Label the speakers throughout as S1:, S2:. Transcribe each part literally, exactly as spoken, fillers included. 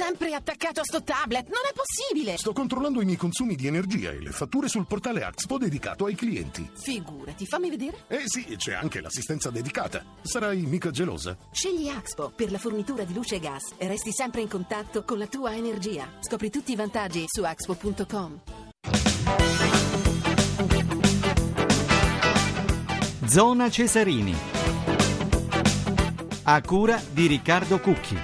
S1: sempre attaccato a sto tablet, non è possibile!
S2: Sto controllando i miei consumi di energia e le fatture sul portale Axpo dedicato ai clienti.
S1: Figurati, fammi vedere.
S2: Eh sì, c'è anche l'assistenza dedicata. Sarai mica gelosa?
S1: Scegli Axpo per la fornitura di luce e gas e resti sempre in contatto con la tua energia. Scopri tutti i vantaggi su axpo punto com.
S3: Zona Cesarini, a cura di Riccardo Cucchi.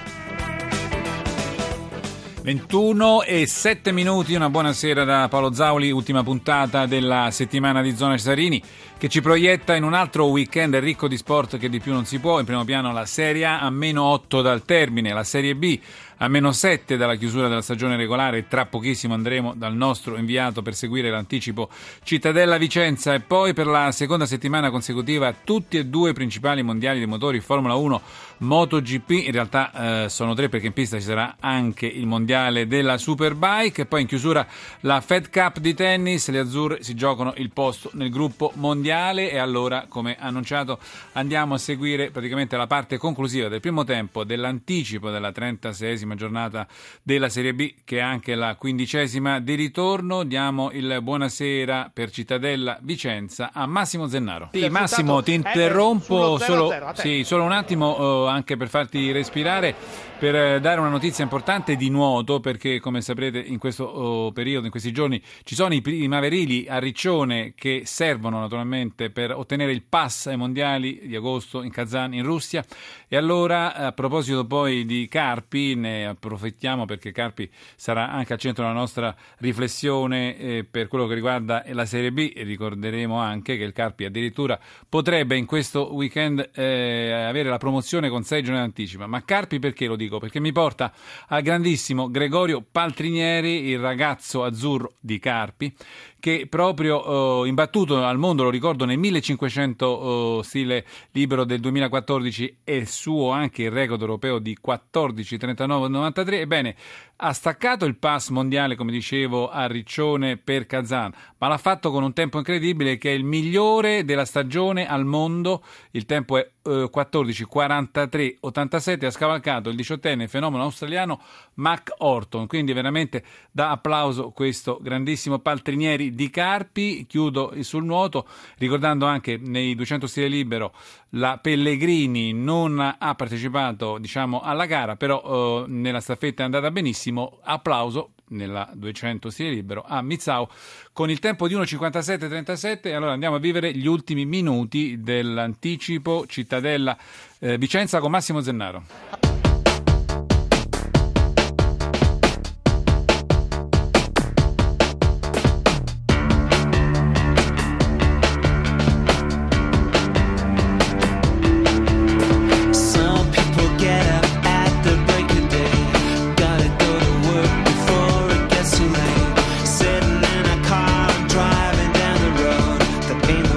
S4: ventuno e sette minuti, una buona sera da Paolo Zauli, ultima puntata della settimana di Zona Cesarini che ci proietta in un altro weekend ricco di sport che di più non si può. In primo piano la Serie A a meno otto dal termine, la Serie B a meno sette dalla chiusura della stagione regolare. Tra pochissimo andremo dal nostro inviato per seguire l'anticipo Cittadella-Vicenza, e poi per la seconda settimana consecutiva tutti e due i principali mondiali dei motori Formula uno, MotoGP. In realtà eh, sono tre, perché in pista ci sarà anche il mondiale della Superbike, e poi in chiusura la Fed Cup di tennis. Le azzurre si giocano il posto nel gruppo mondiale, e allora, come annunciato, andiamo a seguire praticamente la parte conclusiva del primo tempo dell'anticipo della trentaseiesima giornata della Serie B, che è anche la quindicesima di ritorno. Diamo il buonasera per Cittadella Vicenza a Massimo Zennaro. Sì, Massimo, ti interrompo solo, sì, solo un attimo, eh, anche per farti respirare, per dare una notizia importante di nuoto, perché come saprete in questo oh, periodo, in questi giorni, ci sono i primaverili a Riccione che servono naturalmente per ottenere il pass ai mondiali di agosto in Kazan, in Russia. E allora, a proposito poi di Carpi, ne approfittiamo perché Carpi sarà anche al centro della nostra riflessione eh, per quello che riguarda la Serie B. E ricorderemo anche che il Carpi addirittura potrebbe in questo weekend eh, avere la promozione con sei giorni d'anticipo. Ma Carpi perché lo dico? Perché mi porta al grandissimo Gregorio Paltrinieri, il ragazzo azzurro di Carpi, che proprio eh, imbattuto al mondo, lo ricordo, nel millecinquecento eh, stile libero del duemilaquattordici, e il suo anche il record europeo di quattordici trentanove novantatré. Ebbene, ha staccato il pass mondiale, come dicevo, a Riccione per Kazan, ma l'ha fatto con un tempo incredibile che è il migliore della stagione al mondo. Il tempo è eh, quattordici quarantatré ottantasette. Ha scavalcato il diciottenne fenomeno australiano Mac Orton, quindi veramente da applauso questo grandissimo Paltrinieri di Carpi. Chiudo sul nuoto ricordando anche nei duecento stile libero la Pellegrini non ha partecipato, diciamo, alla gara, però eh, nella staffetta è andata benissimo. Applauso nella duecento stile libero a Mizzao con il tempo di uno cinquantasette trentasette. E allora andiamo a vivere gli ultimi minuti dell'anticipo Cittadella eh, Vicenza con Massimo Zennaro.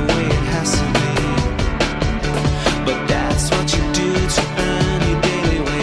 S5: But that's what you do to earn your daily wage.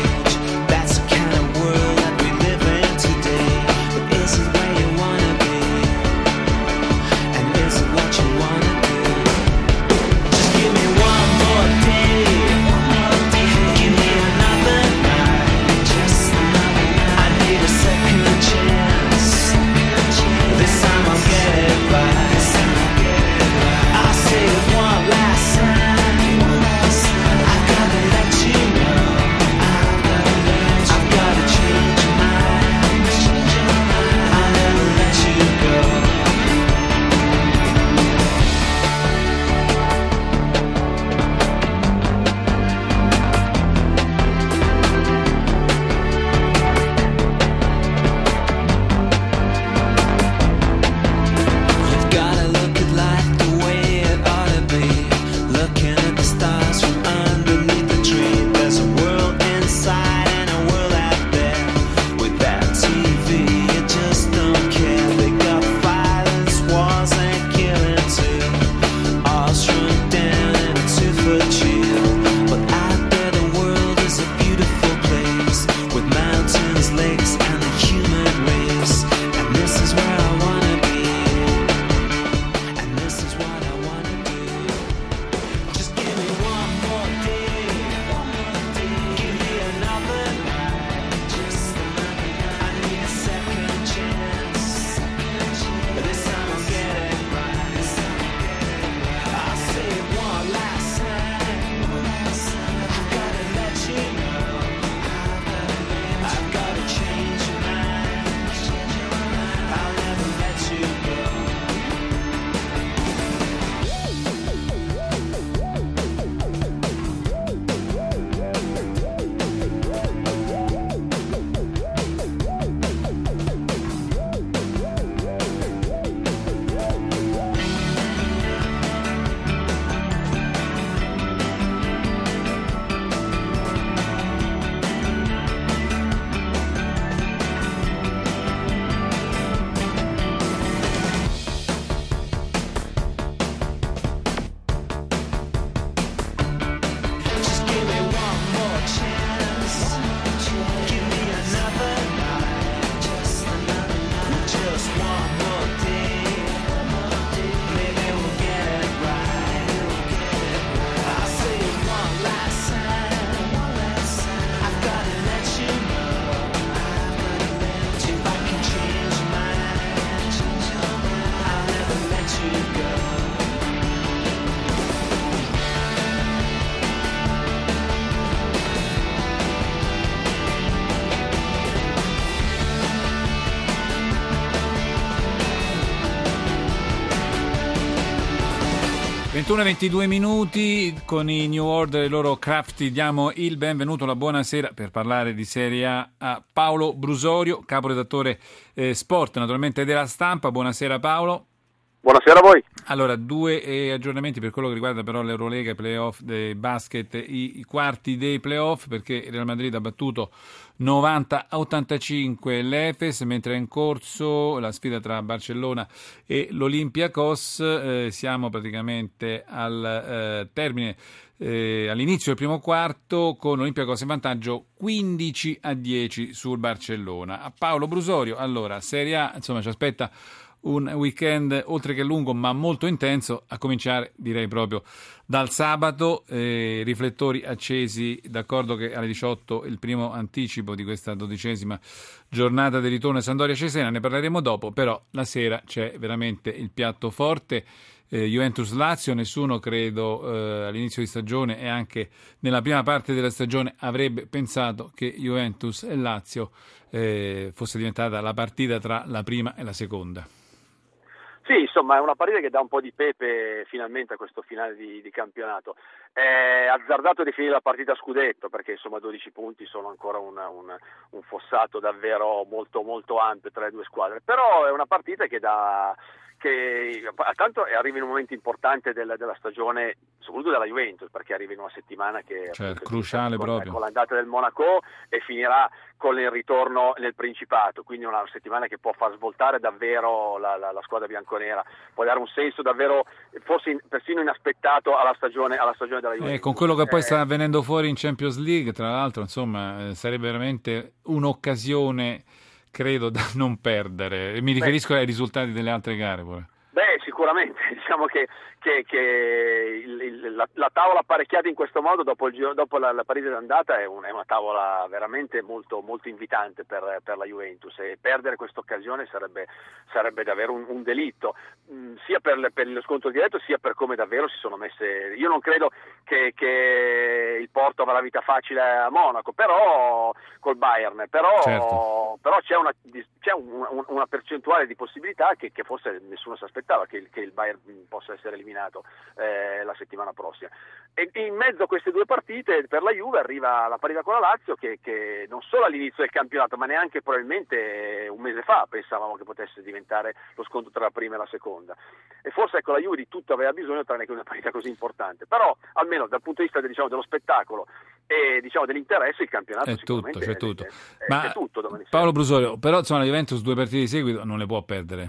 S4: ventuno e ventidue minuti con i New Order e i loro Crafty. Diamo il benvenuto, la buonasera per parlare di Serie A a Paolo Brusorio, caporedattore eh, sport naturalmente della Stampa. Buonasera Paolo.
S5: Buonasera a voi.
S4: Allora, due eh, aggiornamenti per quello che riguarda però l'Eurolega, i playoff dei basket, i, i quarti dei playoff, perché il Real Madrid ha battuto novanta a ottantacinque l'Efes, mentre è in corso la sfida tra Barcellona e l'Olympiacos. Eh, siamo praticamente al eh, termine, eh, all'inizio del primo quarto, con l'Olympiacos in vantaggio quindici a dieci sul Barcellona. A Paolo Brusorio, allora, Serie A, insomma, ci aspetta un weekend oltre che lungo ma molto intenso, a cominciare direi proprio dal sabato, eh, riflettori accesi, d'accordo che alle diciotto il primo anticipo di questa dodicesima giornata di ritorno a Sampdoria-Cesena, ne parleremo dopo, però la sera c'è veramente il piatto forte. eh, Juventus-Lazio, nessuno credo eh, all'inizio di stagione e anche nella prima parte della stagione avrebbe pensato che Juventus e Lazio eh, fosse diventata la partita tra la prima e la seconda.
S5: Sì, insomma è una partita che dà un po' di pepe finalmente a questo finale di, di campionato. È azzardato definire la partita a scudetto perché insomma dodici punti sono ancora una, una, un fossato davvero molto molto ampio tra le due squadre, però è una partita che dà che tanto arriva in un momento importante della, della stagione, soprattutto della Juventus, perché arriva in una settimana che
S4: cioè,
S5: è
S4: cruciale
S5: con,
S4: proprio
S5: con l'andata del Monaco e finirà con il ritorno nel Principato, quindi una settimana che può far svoltare davvero la, la, la squadra bianconera, può dare un senso davvero forse in, persino inaspettato alla stagione, alla stagione della Juventus.
S4: Eh, con quello che poi
S5: eh,
S4: sta avvenendo fuori in Champions League, tra l'altro, insomma, eh, sarebbe veramente un'occasione, credo, da non perdere. Mi riferisco beh, ai risultati delle altre gare pure.
S5: Beh, sicuramente, diciamo che, che, che il, il, la, la tavola apparecchiata in questo modo dopo, il, dopo la, la partita d'andata è, un, è una tavola veramente molto, molto invitante per, per la Juventus, e perdere questa occasione sarebbe, sarebbe davvero un, un delitto, mh, sia per, per lo scontro diretto sia per come davvero si sono messe. Io non credo che, che il Porto avrà la vita facile a Monaco, però col Bayern, però,
S4: certo.
S5: però c'è, una, c'è un, un, una percentuale di possibilità che, che forse nessuno si aspettava che il, che il Bayern possa essere eliminato eh, la settimana prossima. E in mezzo a queste due partite per la Juve arriva la partita con la Lazio che, che non solo all'inizio del campionato ma neanche probabilmente un mese fa pensavamo che potesse diventare lo scontro tra la prima e la seconda, e forse ecco la Juve di tutto aveva bisogno tranne che una partita così importante, però almeno dal punto di vista diciamo, dello spettacolo e diciamo dell'interesse il campionato
S4: è tutto, c'è tutto.
S5: È, è,
S4: ma
S5: è tutto domani
S4: Paolo
S5: sera.
S4: Brusorio, però insomma la Juventus due partite di seguito non le può perdere.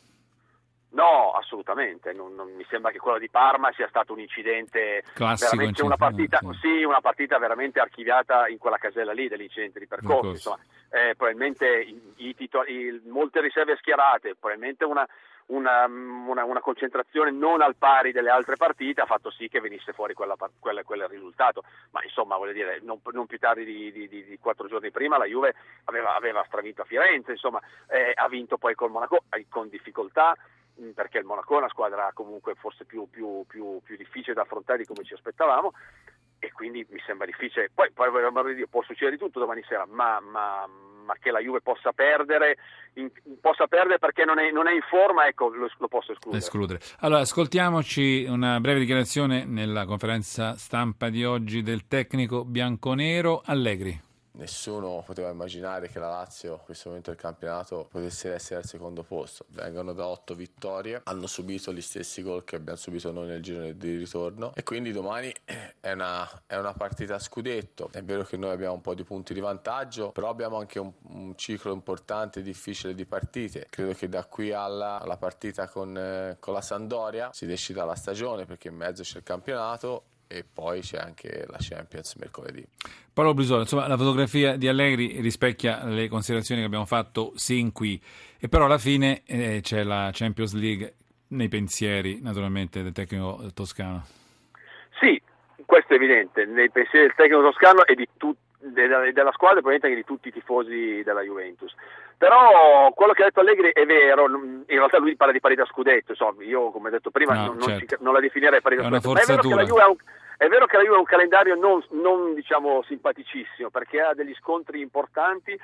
S5: No, assolutamente, non, non mi sembra che quello di Parma sia stato un incidente,
S4: classico,
S5: veramente una partita,
S4: sì.
S5: sì, una partita veramente archiviata in quella casella lì dell'incidente di percorso, insomma, eh, probabilmente i, i titoli, molte riserve schierate, probabilmente una, una, una, una concentrazione non al pari delle altre partite ha fatto sì che venisse fuori quella, quella, quel risultato, ma insomma voglio dire, non, non più tardi di, di, di, di quattro giorni prima la Juve aveva, aveva stravinto a Firenze, insomma, eh, ha vinto poi col Monaco con difficoltà, perché il Monaco è una squadra comunque forse più, più, più, più difficile da affrontare di come ci aspettavamo, e quindi mi sembra difficile. Poi, poi può succedere di tutto domani sera, ma, ma, ma che la Juve possa perdere in, possa perdere perché non è, non è in forma, ecco, lo, lo posso escludere.
S4: escludere. Allora, ascoltiamoci una breve dichiarazione nella conferenza stampa di oggi del tecnico bianconero Allegri.
S6: Nessuno poteva immaginare che la Lazio, in questo momento del campionato, potesse essere al secondo posto. Vengono da otto vittorie, hanno subito gli stessi gol che abbiamo subito noi nel giro di ritorno, e quindi domani è una, è una partita a scudetto. È vero che noi abbiamo un po' di punti di vantaggio, però abbiamo anche un, un ciclo importante e difficile di partite. Credo che da qui alla, alla partita con, eh, con la Sampdoria si decida la stagione, perché in mezzo c'è il campionato e poi c'è anche la Champions mercoledì.
S4: Paolo Brusorio, insomma, la fotografia di Allegri rispecchia le considerazioni che abbiamo fatto sin qui, e però alla fine eh, c'è la Champions League nei pensieri naturalmente del tecnico toscano.
S5: Sì, questo è evidente, nei pensieri del tecnico toscano e di tutti della, della squadra e probabilmente anche di tutti i tifosi della Juventus. Però quello che ha detto Allegri è vero, in realtà lui parla di parità scudetto, insomma, io come ho detto prima
S4: no,
S5: non,
S4: certo.
S5: non, ci, non la definirei parità
S4: è
S5: scudetto, ma è vero che la Juve ha un È vero che la Juve ha un calendario non, non diciamo simpaticissimo, perché ha degli scontri importanti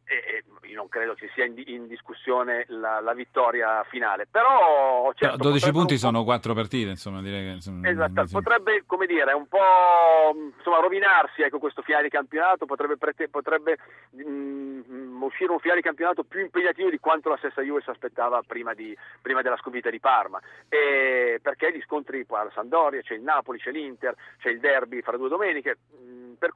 S5: e io non credo che sia in, in discussione la, la vittoria finale, però certo,
S4: dodici punti sono quattro partite, insomma, direi che insomma,
S5: esatto, potrebbe, come dire, un po' insomma rovinarsi, ecco, questo finale di campionato, potrebbe, prete- potrebbe mh, uscire un finale di campionato più impegnativo di quanto la stessa Juve si aspettava prima, di, prima della sconfitta di Parma, e perché gli scontri poi alla Sampdoria, c'è il Napoli, c'è l'Inter, c'è il derby fra due domeniche, mh, per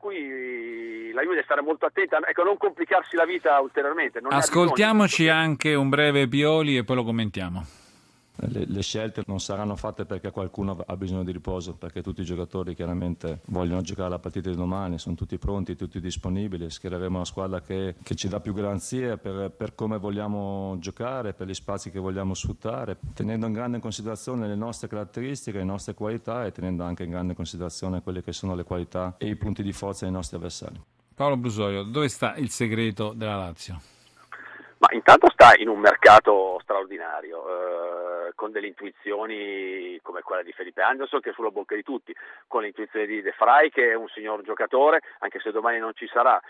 S5: cui la Juve deve stare molto attenta, ecco, non complicarsi la vita ulteriormente. Non
S4: Ascoltiamoci anche un breve Pioli e poi lo commentiamo.
S7: Le, le scelte non saranno fatte perché qualcuno ha bisogno di riposo, perché tutti i giocatori chiaramente vogliono giocare la partita di domani, sono tutti pronti, tutti disponibili, schiereremo una squadra che, che ci dà più garanzie per, per come vogliamo giocare, per gli spazi che vogliamo sfruttare, tenendo in grande considerazione le nostre caratteristiche, le nostre qualità e tenendo anche in grande considerazione quelle che sono le qualità e i punti di forza dei nostri avversari.
S4: Paolo Brusorio, dove sta il segreto della Lazio?
S5: Ma intanto sta in un mercato straordinario, eh, con delle intuizioni come quella di Felipe Anderson, che è sulla bocca di tutti, con l'intuizione di De Vrij, che è un signor giocatore, anche se domani non ci sarà,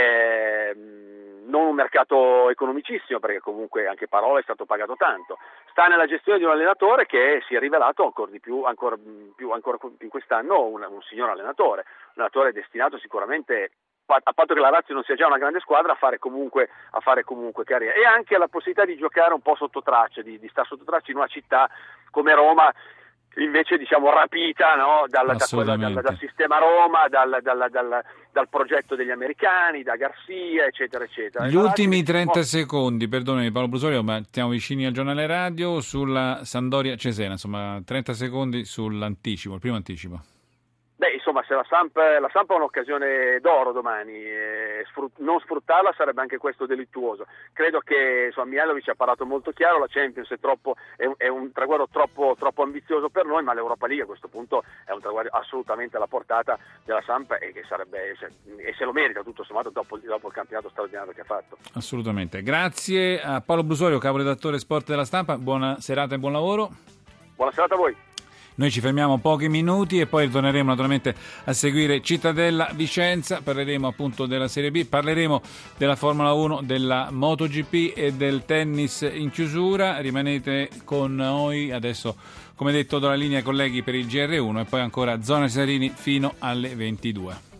S5: eh, non un mercato economicissimo, perché comunque anche Parola è stato pagato tanto, sta nella gestione di un allenatore che si è rivelato ancora di più, ancora più, ancora in quest'anno un, un signor allenatore, un allenatore destinato sicuramente, a patto che la Lazio non sia già una grande squadra, a fare comunque, a fare comunque carriera, e anche la possibilità di giocare un po' sotto traccia, di, di stare sotto traccia in una città come Roma, invece diciamo rapita, no? dal, da quella, dal, dal sistema Roma, dal, dal, dal, dal progetto degli americani, da Garcia, eccetera, eccetera.
S4: Gli ultimi trenta secondi, perdonami Paolo Brusorio, ma stiamo vicini al giornale radio, sulla Sampdoria Cesena, insomma trenta secondi sull'anticipo, il primo anticipo.
S5: Beh, insomma, se la Samp, la Samp ha un'occasione d'oro domani, eh, sfrut- non sfruttarla sarebbe anche questo delittuoso. Credo che insomma, Mihajlovic ha parlato molto chiaro, la Champions è, troppo, è, un, è un traguardo troppo, troppo ambizioso per noi, ma l'Europa League a questo punto è un traguardo assolutamente alla portata della Samp e che sarebbe, se, e se lo merita tutto sommato dopo, dopo il campionato straordinario che ha fatto.
S4: Assolutamente. Grazie a Paolo Brusorio, caporedattore Sport della Stampa, buona serata e buon lavoro.
S5: Buona serata a voi.
S4: Noi ci fermiamo pochi minuti e poi ritorneremo naturalmente a seguire Cittadella Vicenza, parleremo appunto della Serie B, parleremo della Formula uno, della MotoGP e del tennis in chiusura. Rimanete con noi, adesso come detto do la linea ai colleghi per il G R uno e poi ancora Zona Cesarini fino alle ventidue.